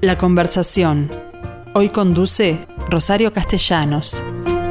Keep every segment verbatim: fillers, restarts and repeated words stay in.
La conversación. Hoy conduce Rosario Castellanos.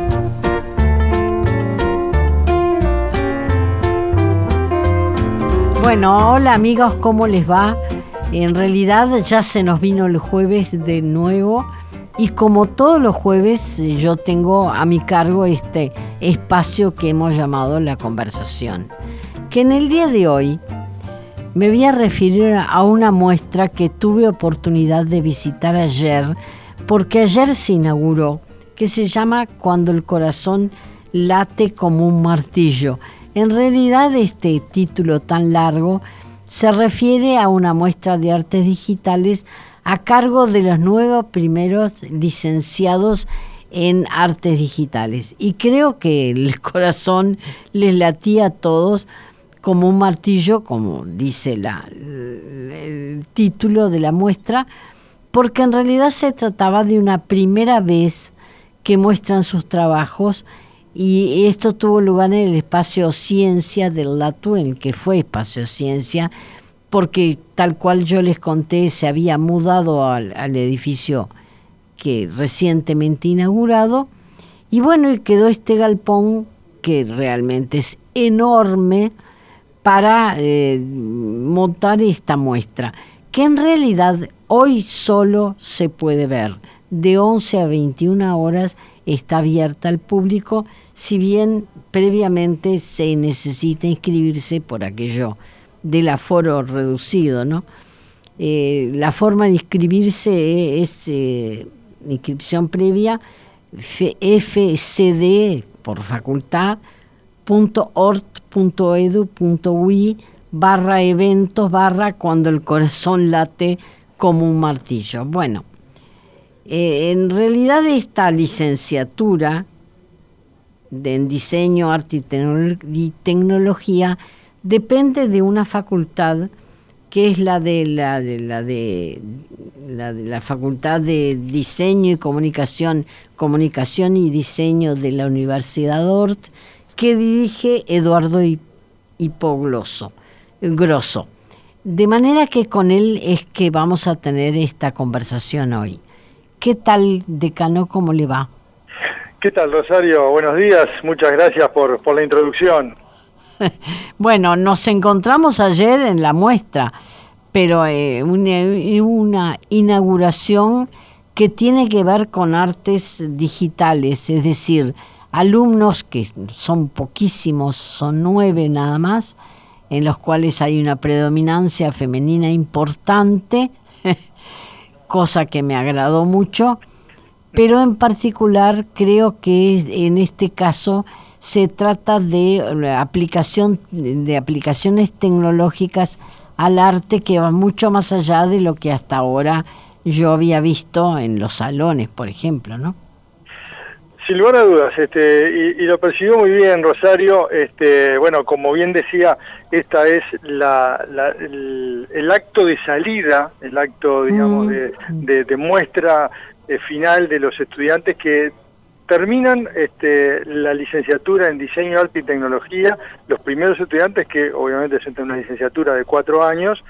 Bueno, hola amigos, ¿cómo les va? En realidad ya se nos vino el jueves de nuevo y como todos los jueves yo tengo a mi cargo este espacio que hemos llamado La Conversación, que en el día de hoy me voy a referir a una muestra que tuve oportunidad de visitar ayer, porque ayer se inauguró, que se llama Cuando el corazón late como un martillo. En realidad este título tan largo se refiere a una muestra de artes digitales a cargo de los nuevos primeros licenciados en artes digitales. Y creo que el corazón les latía a todos como un martillo, como dice la, el título de la muestra, porque en realidad se trataba de una primera vez que muestran sus trabajos, y esto tuvo lugar en el Espacio Ciencia del Latu, en el que fue Espacio Ciencia, porque tal cual yo les conté, se había mudado al, al edificio que recientemente inaugurado, y bueno, y quedó este galpón que realmente es enorme para eh, montar esta muestra, que en realidad hoy solo se puede ver. De once a veintiuna horas está abierta al público, si bien previamente se necesita inscribirse por aquello del aforo reducido, ¿no? Eh, la forma de inscribirse es eh, inscripción previa, F C D por facultad, punto ort punto edu punto uy barra eventos barra cuando el corazón late como un martillo. Bueno, eh, en realidad esta licenciatura de, en diseño, arte y, tecno- y tecnología depende de una facultad que es la de la de la de la de la Facultad de Diseño y Comunicación, Comunicación y Diseño de la Universidad Ort, que dirige Eduardo Hipogloso, Grosso. De manera que con él es que vamos a tener esta conversación hoy. ¿Qué tal, decano? ¿Cómo le va? ¿Qué tal, Rosario? Buenos días. Muchas gracias por, por la introducción. Bueno, nos encontramos ayer en la muestra, pero eh, una, una inauguración que tiene que ver con artes digitales, es decir, alumnos que son poquísimos, son nueve nada más, en los cuales hay una predominancia femenina importante, cosa que me agradó mucho, pero en particular creo que en este caso se trata de aplicación de aplicaciones tecnológicas al arte que va mucho más allá de lo que hasta ahora yo había visto en los salones, por ejemplo, ¿no? Sin lugar a dudas, este, y, y lo percibió muy bien, Rosario. Este, bueno, como bien decía, esta es la, la el, el acto de salida, el acto, digamos, mm. de, de, de muestra eh, final de los estudiantes que terminan este, la licenciatura en Diseño, Arte y Tecnología, los primeros estudiantes que obviamente es una licenciatura de cuatro años,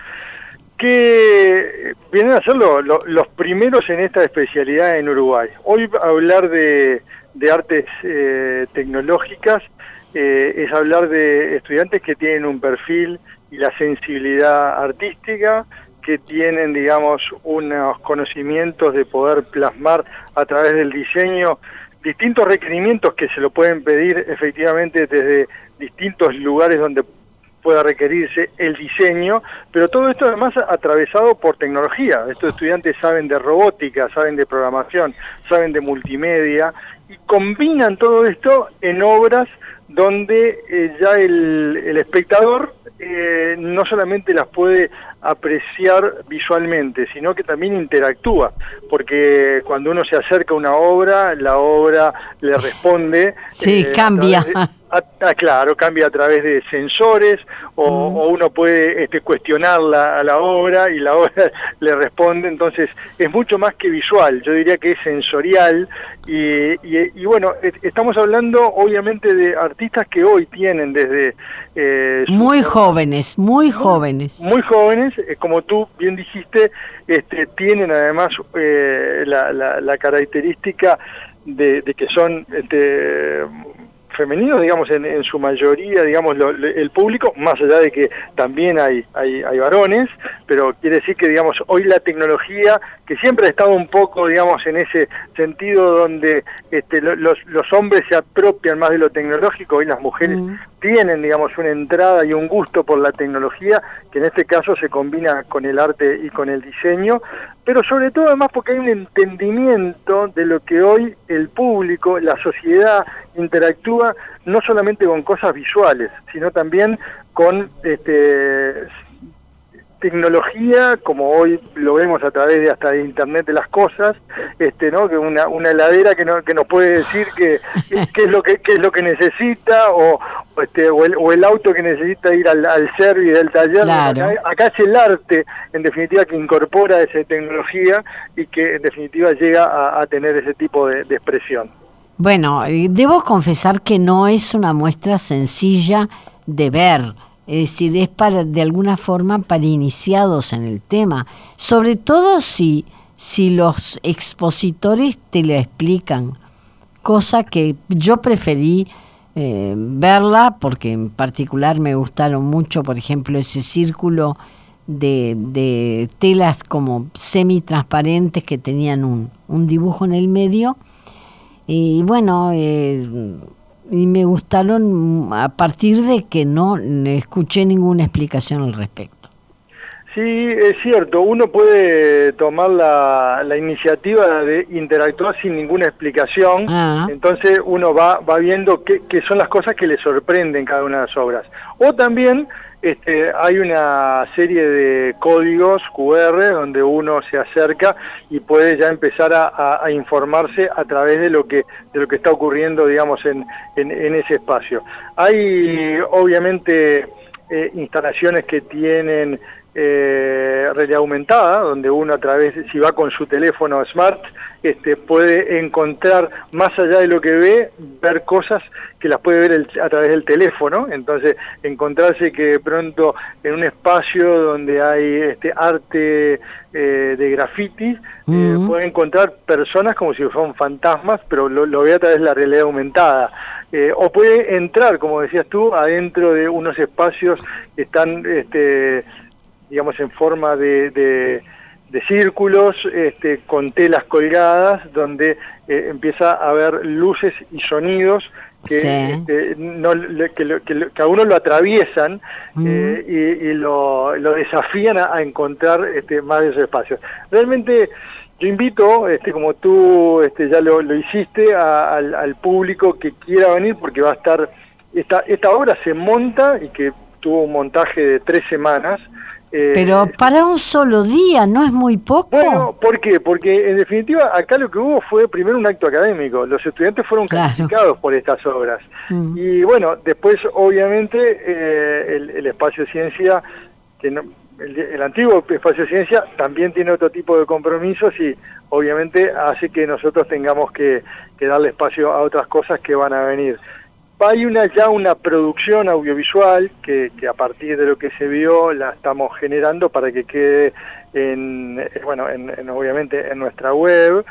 que vienen a ser lo, lo, los primeros en esta especialidad en Uruguay. Hoy hablar de, de artes eh, tecnológicas eh, es hablar de estudiantes que tienen un perfil y la sensibilidad artística, que tienen, digamos, unos conocimientos de poder plasmar a través del diseño distintos requerimientos que se lo pueden pedir efectivamente desde distintos lugares donde pueda requerirse el diseño, pero todo esto además atravesado por tecnología. Estos estudiantes saben de robótica, saben de programación, saben de multimedia, y combinan todo esto en obras donde eh, ya el, el espectador eh, no solamente las puede apreciar visualmente, sino que también interactúa, porque cuando uno se acerca a una obra, la obra le responde. Sí, eh, cambia. A través, de, Ah, ah, claro, cambia a través de sensores o, mm. o uno puede este, cuestionarla a la obra y la obra le responde, entonces es mucho más que visual, yo diría que es sensorial y, y, y bueno, estamos hablando obviamente de artistas que hoy tienen desde... Eh, muy jóvenes, muy, muy jóvenes. Muy jóvenes, eh, como tú bien dijiste, este, tienen además eh, la, la, la característica de, de que son... Este, femeninos, digamos, en, en su mayoría, digamos, lo, el público, más allá de que también hay, hay, hay varones, pero quiere decir que, digamos, hoy la tecnología, que siempre ha estado un poco, digamos, en ese sentido donde este, los, los hombres se apropian más de lo tecnológico, hoy las mujeres mm. tienen, digamos, una entrada y un gusto por la tecnología, que en este caso se combina con el arte y con el diseño, pero sobre todo además porque hay un entendimiento de lo que hoy el público, la sociedad interactúa no solamente con cosas visuales, sino también con este, tecnología, como hoy lo vemos a través de hasta de Internet de las cosas, este, ¿no? Que una, una heladera que, no, que nos puede decir que, qué es lo que qué es lo que necesita o, o este o el, o el auto que necesita ir al, al service del taller. Claro. Acá, acá es el arte, en definitiva, que incorpora esa tecnología y que en definitiva llega a, a tener ese tipo de, de expresión. Bueno, debo confesar que no es una muestra sencilla de ver, es decir, es para de alguna forma para iniciados en el tema, sobre todo si, si los expositores te lo explican, cosa que yo preferí eh, verla porque en particular me gustaron mucho, por ejemplo, ese círculo de, de telas como semi-transparentes que tenían un, un dibujo en el medio. Y bueno, eh, y me gustaron a partir de que no escuché ninguna explicación al respecto. Sí, es cierto, uno puede tomar la, la iniciativa de interactuar sin ninguna explicación, ah. entonces uno va, va viendo qué, qué son las cosas que le sorprenden cada una de las obras. O también este, hay una serie de códigos cu erre donde uno se acerca y puede ya empezar a, a, a informarse a través de lo que de lo que está ocurriendo, digamos, en, en, en ese espacio. Hay obviamente eh, instalaciones que tienen Eh, realidad aumentada, donde uno a través, si va con su teléfono smart, este, puede encontrar, más allá de lo que ve, ver cosas que las puede ver el, a través del teléfono, entonces encontrarse que de pronto en un espacio donde hay este arte eh, de graffiti, uh-huh. eh, puede encontrar personas como si fueran fantasmas, pero lo, lo ve a través de la realidad aumentada. Eh, o puede entrar, como decías tú, adentro de unos espacios que están este, digamos, en forma de, de, de círculos, este, con telas colgadas, donde eh, empieza a haber luces y sonidos que, sí. este, no, que, lo, que, lo, que a uno lo atraviesan mm. eh, y, y lo, lo desafían a, a encontrar este, más de esos espacios. Realmente yo invito, este, como tú este, ya lo, lo hiciste, a, al, al público que quiera venir, porque va a estar, esta, esta obra se monta y que tuvo un montaje de tres semanas. Eh, Pero para un solo día, ¿no es muy poco? Bueno, ¿por qué? Porque en definitiva acá lo que hubo fue primero un acto académico, los estudiantes fueron claro. calificados por estas obras, mm. y bueno, después obviamente eh, el, el espacio de ciencia, que no, el, el antiguo espacio de ciencia también tiene otro tipo de compromisos y obviamente hace que nosotros tengamos que, que darle espacio a otras cosas que van a venir. Hay una ya una producción audiovisual que, que a partir de lo que se vio la estamos generando para que quede en, bueno, en, en, obviamente en nuestra web,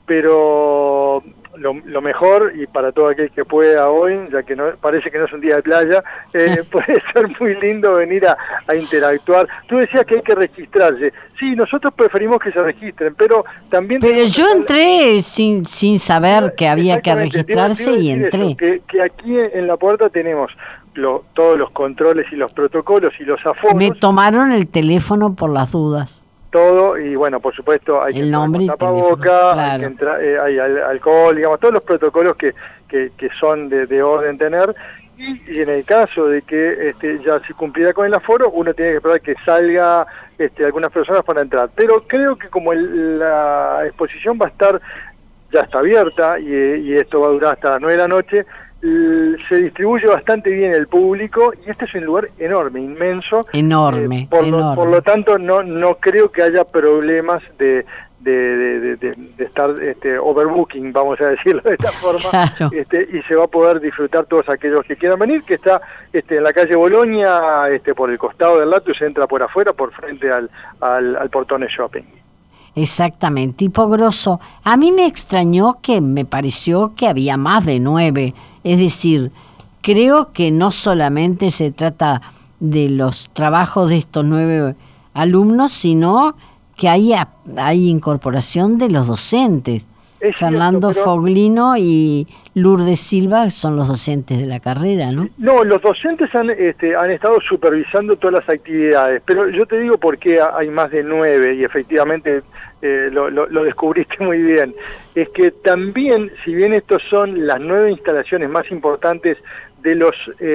pero lo, lo mejor, y para todo aquel que pueda hoy, ya que no parece que no es un día de playa, eh, puede ser muy lindo venir a, a interactuar. Tú decías que hay que registrarse. Sí, nosotros preferimos que se registren, pero también... Pero yo entré sin sin saber que había que registrarse y entré. Eso, que, que aquí en la puerta tenemos lo, todos los controles y los protocolos y los aforos. Me tomaron el teléfono por las dudas. Todo, y bueno, por supuesto hay el que nombre entrar con tapaboca, claro. hay que entrar, eh, hay al, alcohol, digamos, todos los protocolos que, que, que son de, de orden tener, y, y en el caso de que este, ya se cumpliera con el aforo, uno tiene que esperar que salga este, algunas personas para entrar, pero creo que como el, la exposición va a estar, ya está abierta, y, y esto va a durar hasta las nueve de la noche, se distribuye bastante bien el público y este es un lugar enorme, inmenso. Enorme, eh, por, enorme. Lo, por lo tanto, no no creo que haya problemas de de, de, de, de estar este, overbooking, vamos a decirlo de esta forma, claro. este, y se va a poder disfrutar todos aquellos que quieran venir, que está este, en la calle Bolonia, este, por el costado del lato, y se entra por afuera, por frente al, al, al Portone Shopping. Exactamente, tipo grosso. A mí me extrañó que me pareció que había más de nueve, es decir, creo que no solamente se trata de los trabajos de estos nueve alumnos, sino que hay, hay incorporación de los docentes. Es Fernando cierto, pero... Foglino y Lourdes Silva son los docentes de la carrera, ¿no? No, los docentes han, este, han estado supervisando todas las actividades, pero yo te digo por qué hay más de nueve, y efectivamente eh, lo, lo, lo descubriste muy bien. Es que también, si bien estos son las nueve instalaciones más importantes de los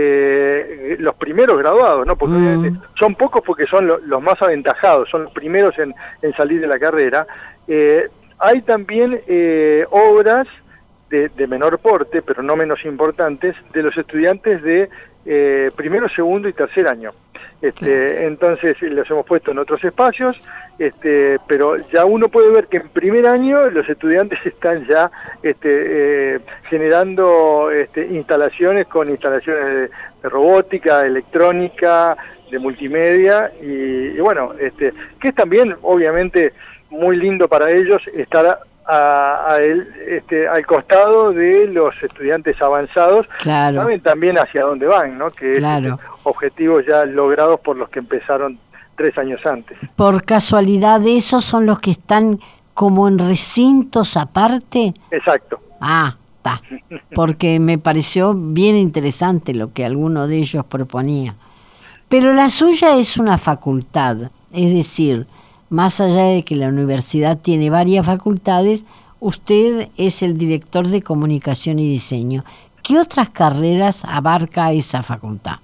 eh, los primeros graduados, ¿no? Porque mm. son pocos porque son lo, los más aventajados, son los primeros en, en salir de la carrera. Eh, hay también eh, obras de, de menor porte, pero no menos importantes, de los estudiantes de eh, primero, segundo y tercer año. Este, sí. Entonces los hemos puesto en otros espacios, este, pero ya uno puede ver que en primer año los estudiantes están ya este, eh, generando este, instalaciones con instalaciones de, de robótica, electrónica, de multimedia, y, y bueno, este, que es también obviamente muy lindo para ellos estar a, a el, este, al costado de los estudiantes avanzados, claro. Saben también hacia dónde van, ¿no? Que claro. es este, objetivos ya logrados por los que empezaron tres años antes. Por casualidad, ¿esos son los que están como en recintos aparte? Exacto. Ah, está. Porque me pareció bien interesante lo que alguno de ellos proponía. Pero la suya es una facultad, es decir, más allá de que la universidad tiene varias facultades, usted es el director de comunicación y diseño. ¿Qué otras carreras abarca esa facultad?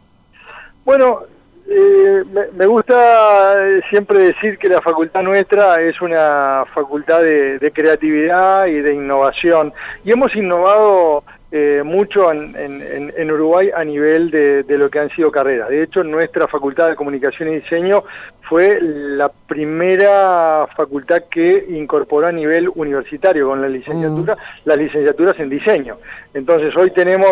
Bueno, eh, me, me gusta siempre decir que la facultad nuestra es una facultad de, de creatividad y de innovación. Y hemos innovado eh, mucho en, en, en Uruguay a nivel de, de lo que han sido carreras. De hecho, nuestra facultad de comunicación y diseño fue la primera facultad que incorporó a nivel universitario con la licenciatura, mm. las licenciaturas en diseño. Entonces hoy tenemos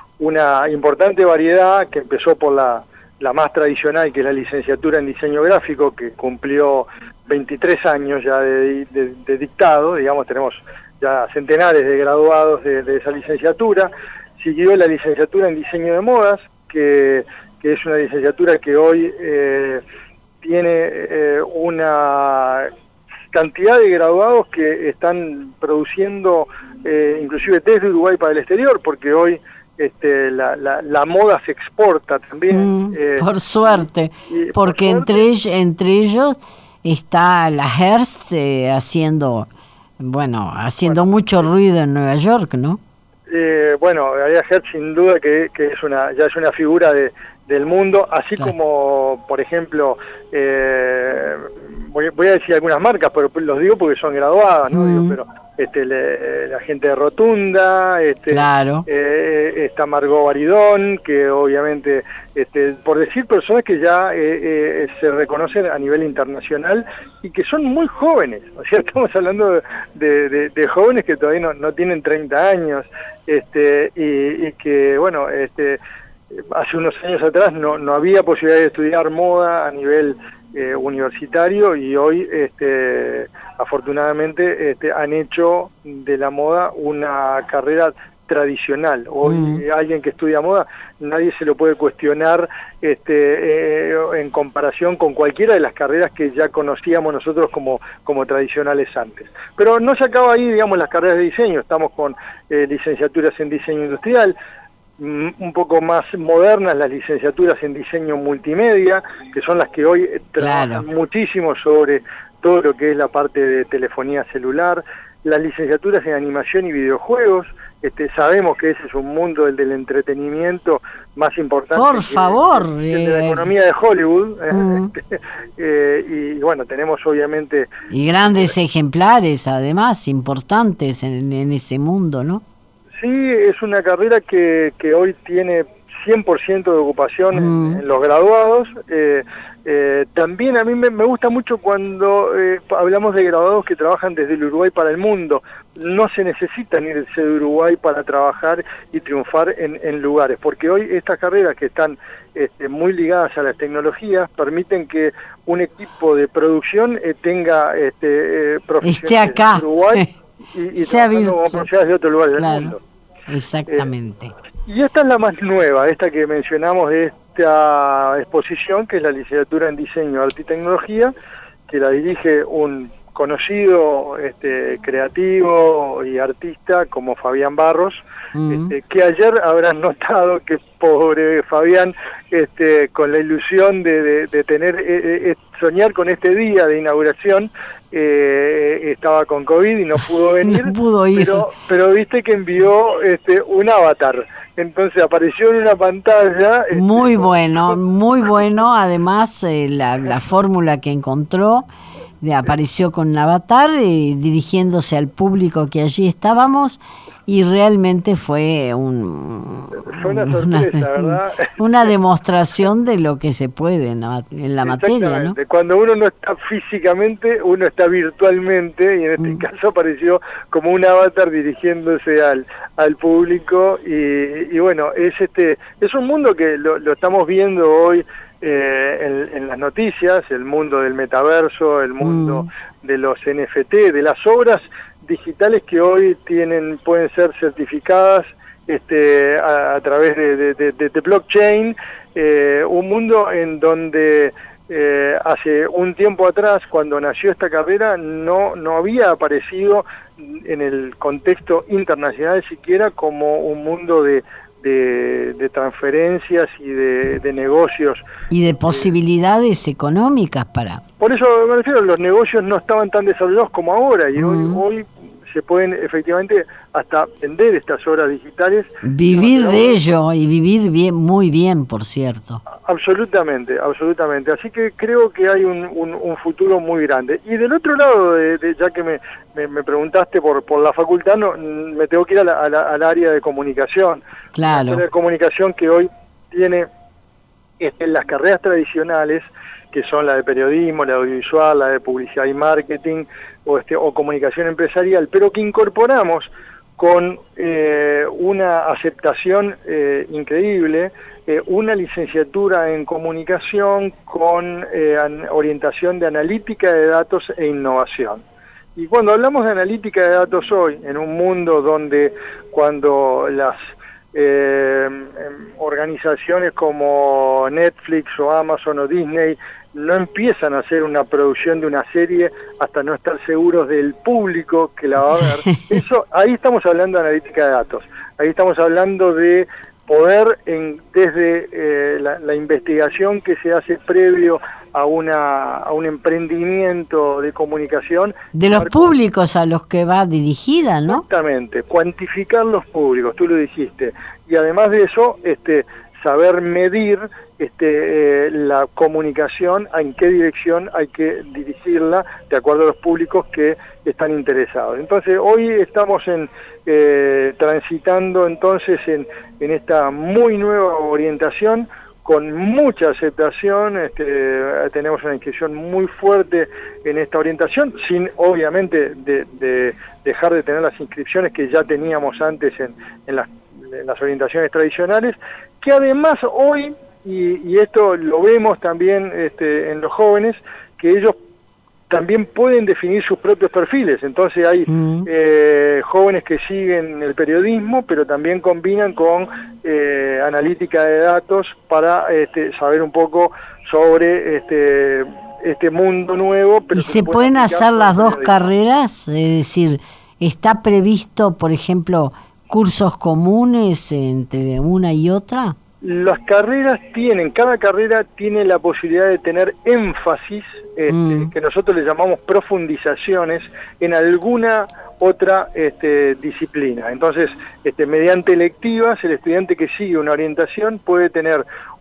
una importante variedad que empezó por la, la más tradicional, que es la licenciatura en diseño gráfico, que cumplió veintitrés años ya de, de, de dictado, digamos, tenemos ya centenares de graduados de, de esa licenciatura. Siguió la licenciatura en diseño de modas, que, que es una licenciatura que hoy eh, tiene eh, una cantidad de graduados que están produciendo eh, inclusive desde Uruguay para el exterior, porque hoy este, la, la, la moda se exporta también. Mm, eh, por suerte, y, y porque por suerte, entre, entre ellos está la Hearst eh, haciendo, bueno, haciendo bueno, mucho ruido en Nueva York, ¿no? Eh, bueno, la Hearst sin duda que, que es una ya es una figura de del mundo, así claro. como, por ejemplo, eh, voy, voy a decir algunas marcas, pero los digo porque son graduadas, ¿no? Mm. Digo, pero este, le, la gente de Rotunda, este, claro. eh, está Margot Baridón, que obviamente, este, por decir personas que ya eh, eh, se reconocen a nivel internacional y que son muy jóvenes, o sea, estamos hablando de, de, de jóvenes que todavía no, no tienen treinta años, este, y, y que, bueno, este, hace unos años atrás no, no había posibilidad de estudiar moda a nivel eh, universitario, y hoy este, afortunadamente este, han hecho de la moda una carrera tradicional. Hoy mm. eh, alguien que estudia moda, nadie se lo puede cuestionar este, eh, en comparación con cualquiera de las carreras que ya conocíamos nosotros como, como tradicionales antes. Pero no se acaba ahí, digamos, las carreras de diseño. Estamos con eh, licenciaturas en diseño industrial, un poco más modernas las licenciaturas en diseño multimedia, que son las que hoy trabajan claro. muchísimo sobre todo lo que es la parte de telefonía celular, las licenciaturas en animación y videojuegos. Este, sabemos que ese es un mundo, el del entretenimiento, más importante por que, favor que el de la economía de Hollywood. Mm. eh, y bueno, tenemos obviamente y grandes eh, ejemplares además importantes en, en ese mundo, ¿no? Sí, es una carrera que, que hoy tiene cien por ciento de ocupación mm. en, en los graduados. Eh, eh, también a mí me, me gusta mucho cuando eh, hablamos de graduados que trabajan desde el Uruguay para el mundo. No se necesitan irse de Uruguay para trabajar y triunfar en, en lugares, porque hoy estas carreras que están este, muy ligadas a las tecnologías permiten que un equipo de producción eh, tenga este, eh, profesionales esté acá. de Uruguay y, y trabajando como profesionales de otros lugares claro, del mundo. Exactamente. Eh, y esta es la más nueva, esta que mencionamos de esta exposición, que es la licenciatura en Diseño, Arte y Tecnología, que la dirige un conocido este, creativo y artista como Fabián Barros, mm. este, que ayer habrán notado que pobre Fabián, este, con la ilusión de, de, de tener eh, eh, soñar con este día de inauguración, eh, estaba con COVID y no pudo venir, no pudo ir. Pero, pero viste que envió este, un avatar. Entonces apareció en una pantalla. Este, muy con, bueno, con... muy bueno. Además, eh, la, la fórmula que encontró, de, apareció con un avatar eh, dirigiéndose al público que allí estábamos, y realmente fue un, fue una sorpresa, una, ¿verdad? Una demostración de lo que se puede en la, en la materia, ¿no? Cuando uno no está físicamente, uno está virtualmente, y en este mm. caso apareció como un avatar dirigiéndose al, al público, y, y bueno, es este es un mundo que lo, lo estamos viendo hoy eh, en, en las noticias, el mundo del metaverso, el mundo mm. de los N F T, de las obras digitales que hoy tienen pueden ser certificadas este, a, a través de, de, de, de blockchain, eh, un mundo en donde eh, hace un tiempo atrás, cuando nació esta carrera, no, no había aparecido en el contexto internacional siquiera como un mundo de, de, de transferencias y de, de negocios. Y de posibilidades eh, económicas para... Por eso me refiero, los negocios no estaban tan desarrollados como ahora, y mm. hoy, hoy se pueden efectivamente hasta vender estas obras digitales. Vivir no, de ello, y vivir bien, muy bien, por cierto. Absolutamente, absolutamente. Así que creo que hay un, un, un futuro muy grande. Y del otro lado, de, de, ya que me, me, me preguntaste por, por la facultad, no, me tengo que ir a la, a la, al área de comunicación. Claro. La área de comunicación que hoy tiene este, las carreras tradicionales, que son la de periodismo, la de audiovisual, la de publicidad y marketing, o, este, o comunicación empresarial, pero que incorporamos con eh, una aceptación eh, increíble, eh, una licenciatura en comunicación con eh, an, orientación de analítica de datos e innovación. Y cuando hablamos de analítica de datos hoy, en un mundo donde cuando las eh, organizaciones como Netflix o Amazon o Disney no empiezan a hacer una producción de una serie hasta no estar seguros del público que la va a ver. Eso, ahí estamos hablando de analítica de datos. Ahí estamos hablando de poder, en, desde eh, la, la investigación que se hace previo a una a un emprendimiento de comunicación. De los públicos a los que va dirigida, ¿no? Exactamente, cuantificar los públicos, tú lo dijiste. Y además de eso, este saber medir este, eh, la comunicación, en qué dirección hay que dirigirla de acuerdo a los públicos que están interesados. Entonces, hoy estamos en eh, transitando entonces en, en esta muy nueva orientación, con mucha aceptación. Este, tenemos una inscripción muy fuerte en esta orientación, sin obviamente de, de dejar de tener las inscripciones que ya teníamos antes en, en las en las orientaciones tradicionales, que además hoy, y, y esto lo vemos también este, en los jóvenes, que ellos también pueden definir sus propios perfiles. Entonces hay mm. eh, jóvenes que siguen el periodismo, pero también combinan con eh, analítica de datos para este, saber un poco sobre este, este mundo nuevo. Pero ¿Y se pueden hacer las dos carreras? Es decir, ¿está previsto, por ejemplo, cursos comunes entre una y otra? Las carreras tienen, cada carrera tiene la posibilidad de tener énfasis, este, mm. que nosotros le llamamos profundizaciones, en alguna otra este, disciplina. Entonces, este, mediante electivas, el estudiante que sigue una orientación puede tener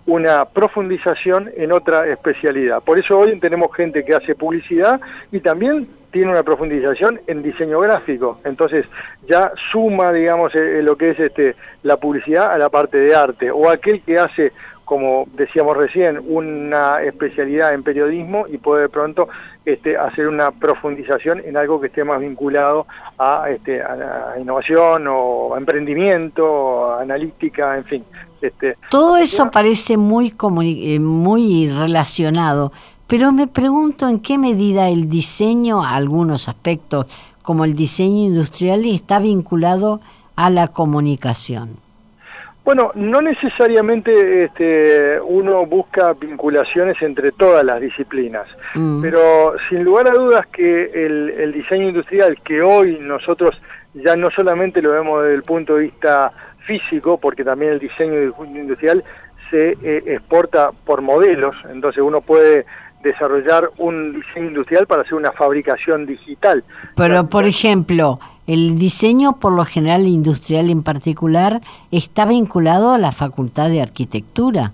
una profundización en otra especialidad. Por eso hoy tenemos gente que hace publicidad y también tiene una profundización en diseño gráfico. Entonces ya suma, digamos, eh, lo que es este la publicidad a la parte de arte. O aquel que hace, como decíamos recién, una especialidad en periodismo y puede de pronto este, hacer una profundización en algo que esté más vinculado a, este, a, a innovación o a emprendimiento, o a analítica, en fin. Este, Todo eso parece muy, comuni- muy relacionado, pero me pregunto en qué medida el diseño, algunos aspectos como el diseño industrial, está vinculado a la comunicación. Bueno, no necesariamente este, uno busca vinculaciones entre todas las disciplinas, mm. pero sin lugar a dudas que el, el diseño industrial, que hoy nosotros ya no solamente lo vemos desde el punto de vista físico, porque también el diseño industrial se eh, exporta por modelos, entonces uno puede desarrollar un diseño industrial para hacer una fabricación digital. Pero, por ejemplo, el diseño, por lo general industrial en particular, está vinculado a la Facultad de Arquitectura.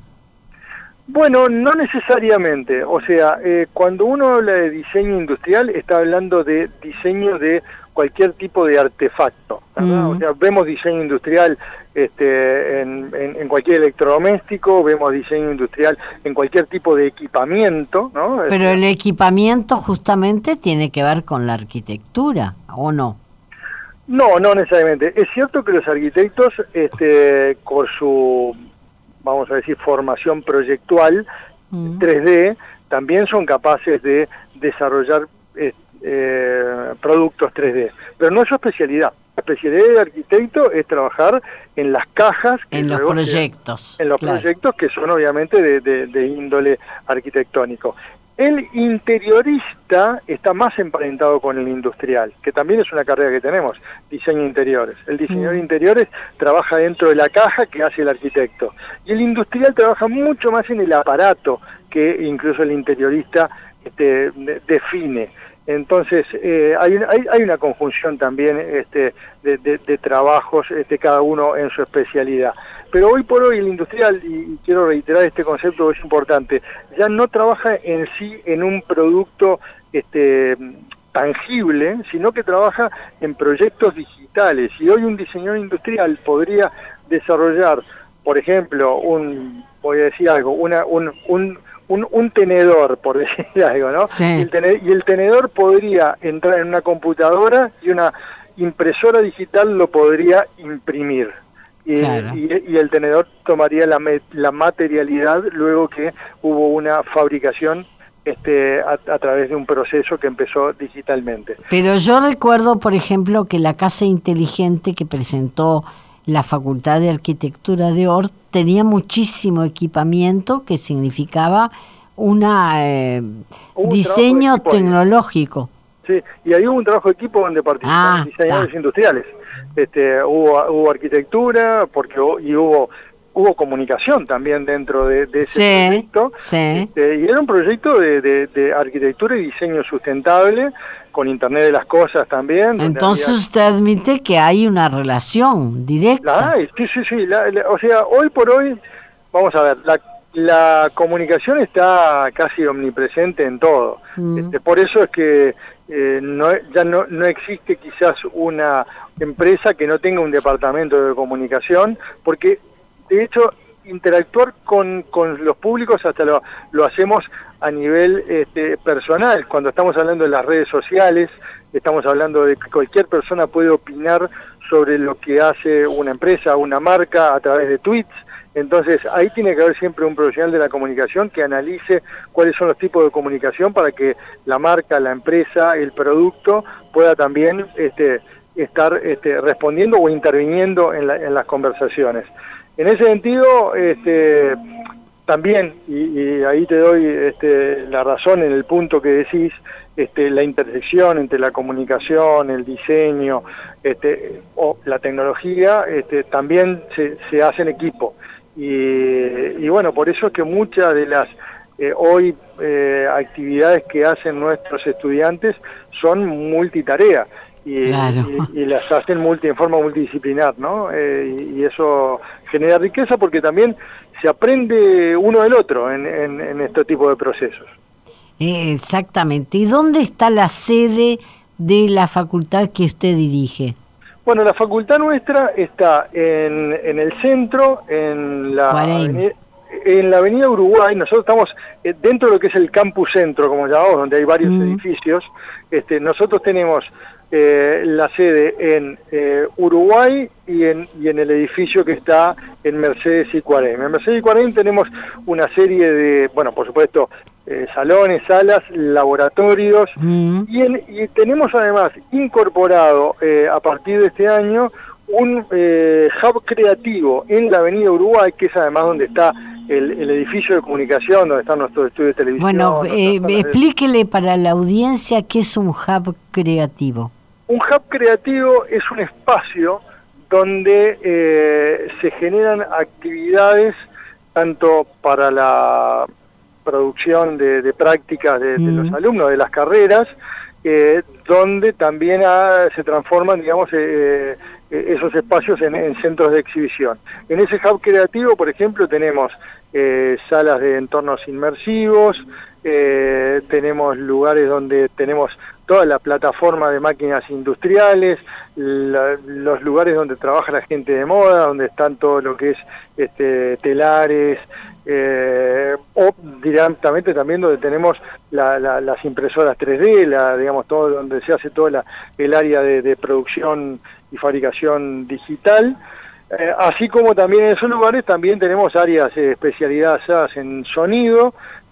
Bueno, no necesariamente. O sea, eh, cuando uno habla de diseño industrial, está hablando de diseño de cualquier tipo de artefacto, ¿verdad? Mm. O sea, vemos diseño industrial este, en, en, en cualquier electrodoméstico, vemos diseño industrial en cualquier tipo de equipamiento, ¿no? Pero este, el equipamiento justamente tiene que ver con la arquitectura, ¿o no? No, no necesariamente. Es cierto que los arquitectos, este, con su, vamos a decir, formación proyectual mm. tres D, también son capaces de desarrollar eh, eh, productos tres D, pero no es su especialidad. La especialidad del arquitecto es trabajar en las cajas, que en los proyectos, que, en los claro. proyectos que son obviamente de, de, de índole arquitectónico. El interiorista está más emparentado con el industrial, que también es una carrera que tenemos, diseño de interiores. El diseñador de interiores trabaja dentro de la caja que hace el arquitecto. Y el industrial trabaja mucho más en el aparato que incluso el interiorista este, de, define. Entonces, eh, hay, hay, hay una conjunción también este, de, de, de trabajos, este, cada uno en su especialidad. Pero hoy por hoy el industrial, y quiero reiterar este concepto que es importante, ya no trabaja en sí en un producto este, tangible, sino que trabaja en proyectos digitales. Y hoy un diseñador industrial podría desarrollar, por ejemplo, un, voy a decir algo, una, un, un, un, un tenedor, por decir algo, ¿no? Sí. Y, el tenedor, y el tenedor podría entrar en una computadora y una impresora digital lo podría imprimir. Y, claro. y, y el tenedor tomaría la, la materialidad luego que hubo una fabricación este, a, a través de un proceso que empezó digitalmente. Pero yo recuerdo, por ejemplo, que la casa inteligente que presentó la Facultad de Arquitectura de Oort tenía muchísimo equipamiento que significaba una eh, un diseño tecnológico. Sí, y ahí hubo un trabajo de equipo donde participaron ah, diseñadores ah. industriales. Este, hubo, hubo arquitectura porque y hubo hubo comunicación también dentro de, de ese sí, proyecto sí. Este, y era un proyecto de, de, de arquitectura y diseño sustentable con Internet de las Cosas también. Entonces había... usted admite que hay una relación directa. La hay, sí, sí, sí. La, la, o sea, hoy por hoy, vamos a ver, la, la comunicación está casi omnipresente en todo. Mm. Este, por eso es que eh, no, ya no, no existe quizás una empresa que no tenga un departamento de comunicación, porque de hecho interactuar con, con los públicos hasta lo, lo hacemos a nivel este, personal. Cuando estamos hablando de las redes sociales, estamos hablando de que cualquier persona puede opinar sobre lo que hace una empresa, una marca a través de tweets. Entonces ahí tiene que haber siempre un profesional de la comunicación que analice cuáles son los tipos de comunicación para que la marca, la empresa, el producto pueda también este, estar este, respondiendo o interviniendo en, la, en las conversaciones. En ese sentido, este, también, y, y ahí te doy este, la razón en el punto que decís, este, la intersección entre la comunicación, el diseño este, o la tecnología, este, también se, se hace en equipo. Y, y bueno, por eso es que muchas de las eh, hoy eh, actividades que hacen nuestros estudiantes son multitarea. y, claro. y, y las hacen multi, en forma multidisciplinar, ¿no? Eh, y, y eso genera riqueza porque también se aprende uno del otro en, en, en este tipo de procesos. Eh, exactamente. ¿Y dónde está la sede de la facultad que usted dirige? Bueno, la facultad nuestra está en, en el centro, en la, avenida, en la avenida Uruguay. Nosotros estamos dentro de lo que es el campus centro, como llamamos, donde hay varios mm. edificios. Este, nosotros tenemos eh, la sede en eh, Uruguay y en, y en el edificio que está en Mercedes y Cuarem. En Mercedes y Cuarem tenemos una serie de, bueno, por supuesto, Eh, salones, salas, laboratorios, mm. y, en, y tenemos además incorporado eh, a partir de este año un eh, hub creativo en la avenida Uruguay, que es además donde está el, el edificio de comunicación, donde están nuestros estudios de televisión. Bueno, eh, explíquele de... para la audiencia qué es un hub creativo. Un hub creativo es un espacio donde eh, se generan actividades tanto para la producción de, de prácticas de, de mm. los alumnos de las carreras, eh, donde también ha, se transforman, digamos, eh, eh, esos espacios en, en centros de exhibición. En ese hub creativo, por ejemplo, tenemos eh, salas de entornos inmersivos, eh, tenemos lugares donde tenemos toda la plataforma de máquinas industriales, la, los lugares donde trabaja la gente de moda, donde están todo lo que es este, telares, Eh, o directamente también donde tenemos la, la, las impresoras tres D, la, digamos, todo donde se hace toda la, el área de, de producción y fabricación digital, eh, así como también en esos lugares también tenemos áreas eh, especializadas en sonido,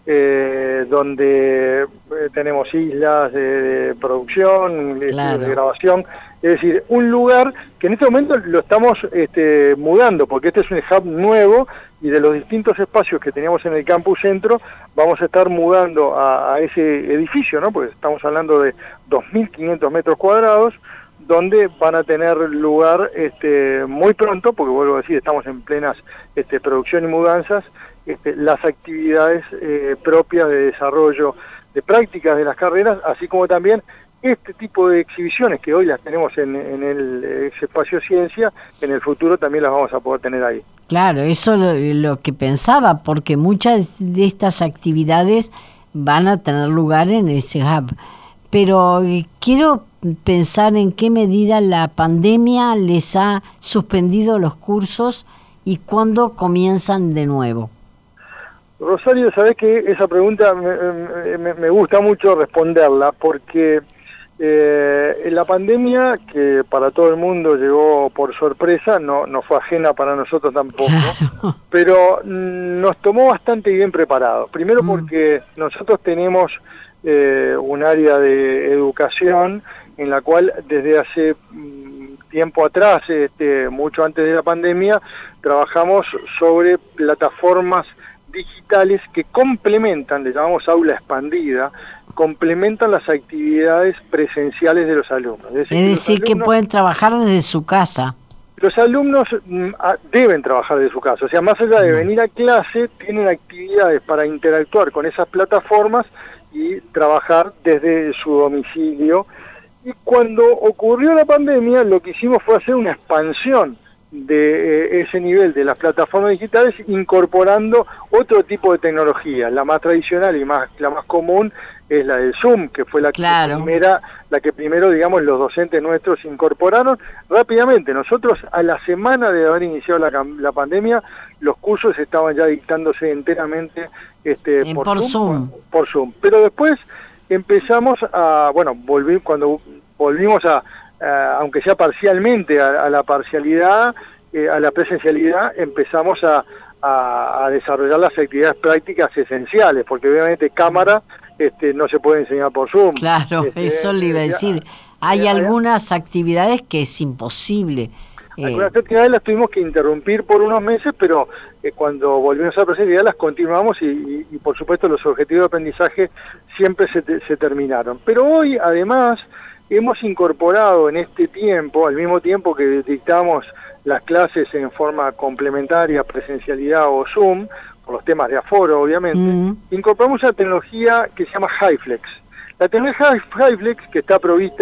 eh, donde eh, tenemos islas de, de producción, claro. de grabación, es decir, un lugar que en este momento lo estamos este, mudando, porque este es un hub nuevo y de los distintos espacios que teníamos en el campus centro, vamos a estar mudando a, a ese edificio, ¿no? Porque estamos hablando de dos mil quinientos metros cuadrados, donde van a tener lugar este, muy pronto, porque vuelvo a decir, estamos en plenas este, producción y mudanzas, este, las actividades eh, propias de desarrollo de prácticas de las carreras, así como también este tipo de exhibiciones que hoy las tenemos en, en el ese espacio ciencia, en el futuro también las vamos a poder tener ahí. Claro, eso es lo, lo que pensaba, porque muchas de estas actividades van a tener lugar en ese hub. Pero eh, quiero pensar en qué medida la pandemia les ha suspendido los cursos y cuándo comienzan de nuevo. Rosario, sabés que esa pregunta me, me, me gusta mucho responderla, porque Eh, la pandemia, que para todo el mundo llegó por sorpresa, no, no fue ajena para nosotros tampoco, claro. pero mm, nos tomó bastante bien preparados. Primero mm. porque nosotros tenemos eh, un área de educación en la cual desde hace mm, tiempo atrás, este, mucho antes de la pandemia, trabajamos sobre plataformas digitales que complementan, le llamamos aula expandida, complementan las actividades presenciales de los alumnos. Es decir, es decir que, alumnos, que pueden trabajar desde su casa. Los alumnos mm, a, deben trabajar desde su casa, o sea, más allá de venir a clase, tienen actividades para interactuar con esas plataformas y trabajar desde su domicilio. Y cuando ocurrió la pandemia, lo que hicimos fue hacer una expansión de eh, ese nivel de las plataformas digitales, incorporando otro tipo de tecnología. La más tradicional y más la más común es la del Zoom, que fue la claro. que primera, la que primero, digamos, los docentes nuestros incorporaron rápidamente. Nosotros, a la semana de haber iniciado la, la pandemia, los cursos estaban ya dictándose enteramente este, por, por Zoom, Zoom. Por, por Zoom. Pero después empezamos a, bueno, volví, cuando volvimos a Uh, aunque sea parcialmente a, a la parcialidad, eh, a la presencialidad, empezamos a, a, a desarrollar las actividades prácticas esenciales, porque obviamente cámara este, no se puede enseñar por Zoom. Claro, este, eso le iba a decir. Hay eh, algunas actividades que es imposible. Algunas eh. actividades las tuvimos que interrumpir por unos meses, pero eh, cuando volvimos a la presencialidad las continuamos y, y, y por supuesto los objetivos de aprendizaje siempre se, te, se terminaron. Pero hoy, además, hemos incorporado en este tiempo, al mismo tiempo que dictamos las clases en forma complementaria, presencialidad o Zoom, por los temas de aforo obviamente, mm. incorporamos una tecnología que se llama HyFlex. La tecnología HyFlex, que está provista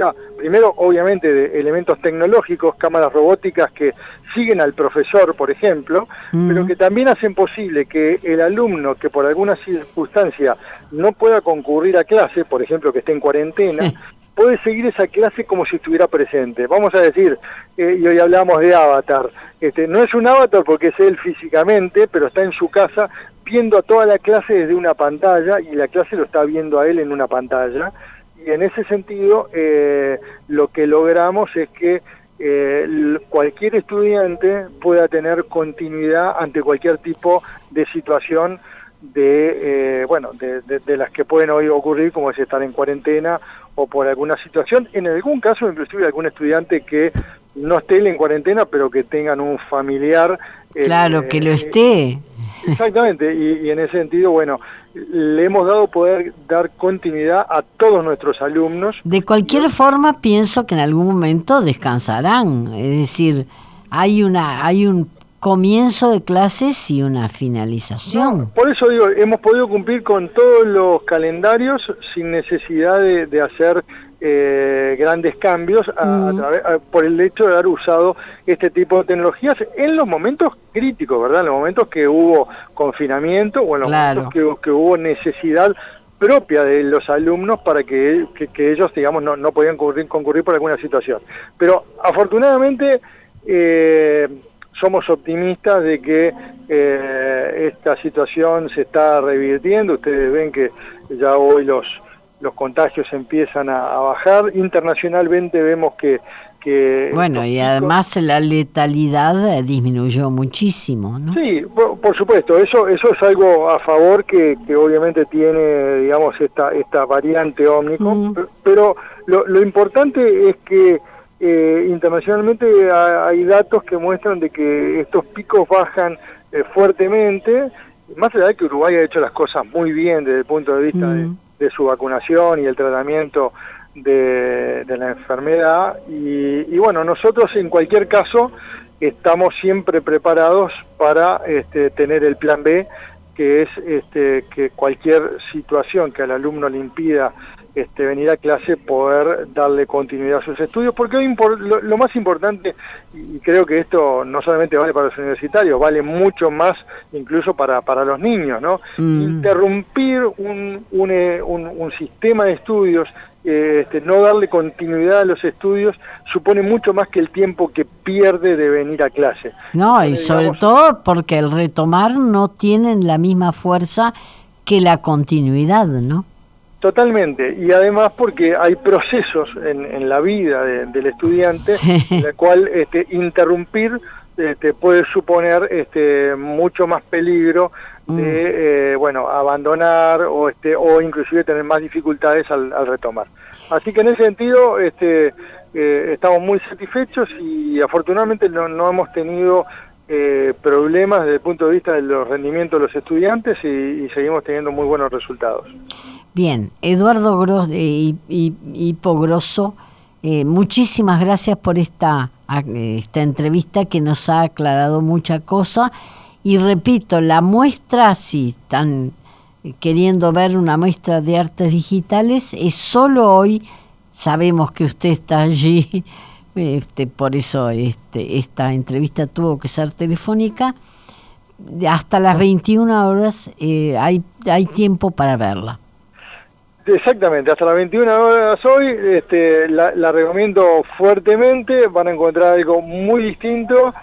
primero obviamente de elementos tecnológicos, cámaras robóticas que siguen al profesor, por ejemplo, mm. pero que también hacen posible que el alumno que por alguna circunstancia no pueda concurrir a clase, por ejemplo que esté en cuarentena, sí. puede seguir esa clase como si estuviera presente. Vamos a decir, eh, y hoy hablamos de avatar, este, no es un avatar porque es él físicamente, pero está en su casa viendo a toda la clase desde una pantalla y la clase lo está viendo a él en una pantalla. Y en ese sentido, eh, lo que logramos es que eh, cualquier estudiante pueda tener continuidad ante cualquier tipo de situación de, eh, bueno, de, de, de las que pueden hoy ocurrir, como es estar en cuarentena o por alguna situación. En algún caso, inclusive algún estudiante que no esté en cuarentena, pero que tengan un familiar. Claro, eh, que lo esté. Exactamente, y, y en ese sentido, bueno, le hemos dado poder dar continuidad a todos nuestros alumnos. De cualquier forma, pienso que en algún momento descansarán, es decir, hay una hay un comienzo de clases y una finalización. No, por eso digo, hemos podido cumplir con todos los calendarios sin necesidad de, de hacer eh, grandes cambios a, mm. a través, a, por el hecho de haber usado este tipo de tecnologías en los momentos críticos, ¿verdad? En los momentos que hubo confinamiento o en los claro. momentos que, que hubo necesidad propia de los alumnos para que, que, que ellos, digamos, no, no podían concurrir, concurrir por alguna situación. Pero afortunadamente eh, somos optimistas de que eh, esta situación se está revirtiendo. Ustedes ven que ya hoy los los contagios empiezan a, a bajar. Internacionalmente vemos que... que bueno, y además la letalidad disminuyó muchísimo, ¿no? Sí, por, por supuesto, eso eso es algo a favor que, que obviamente tiene, digamos, esta esta variante Ómicron, mm. pero lo, lo importante es que eh, internacionalmente hay datos que muestran de que estos picos bajan eh, fuertemente, más allá de que Uruguay ha hecho las cosas muy bien desde el punto de vista mm. de de su vacunación y el tratamiento de, de la enfermedad y, y bueno, nosotros en cualquier caso estamos siempre preparados para este, tener el plan B, que es este, que cualquier situación que al alumno le impida este, venir a clase, poder darle continuidad a sus estudios, porque hoy lo, lo más importante, y creo que esto no solamente vale para los universitarios, vale mucho más incluso para, para los niños, ¿no? Mm. Interrumpir un, un, un, un sistema de estudios, eh, este, no darle continuidad a los estudios, supone mucho más que el tiempo que pierde de venir a clase. No, y sobre digamos, todo porque el retomar no tienen la misma fuerza que la continuidad, ¿no? Totalmente, y además porque hay procesos en, en la vida de, del estudiante, sí. en la cual este, interrumpir este, puede suponer este, mucho más peligro de, mm. eh, bueno, abandonar o este, o inclusive tener más dificultades al, al retomar. Así que en ese sentido este, eh, estamos muy satisfechos y afortunadamente no, no hemos tenido eh, problemas desde el punto de vista de los rendimientos de los estudiantes y, y seguimos teniendo muy buenos resultados. Bien, Eduardo Gros, eh, Hipo Grosso, eh, muchísimas gracias por esta, esta entrevista que nos ha aclarado mucha cosa. Y repito, la muestra, si están queriendo ver una muestra de artes digitales, es solo hoy. Sabemos que usted está allí, este, por eso este, esta entrevista tuvo que ser telefónica. Hasta las veintiuna horas eh, hay, hay tiempo para verla. Exactamente, hasta las veintiuna horas hoy, este, la, la recomiendo fuertemente, van a encontrar algo muy distinto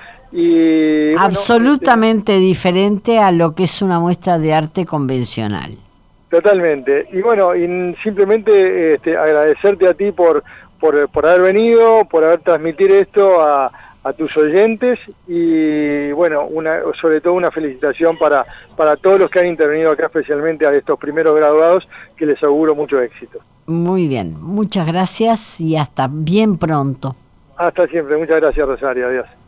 y... Absolutamente bueno, este, diferente a lo que es una muestra de arte convencional. Totalmente, y bueno, y simplemente este, agradecerte a ti por, por, por haber venido, por haber transmitido esto a... a tus oyentes y bueno, una, sobre todo una felicitación para, para todos los que han intervenido acá, especialmente a estos primeros graduados, que les auguro mucho éxito. Muy bien, muchas gracias y hasta bien pronto. Hasta siempre, muchas gracias Rosario, adiós.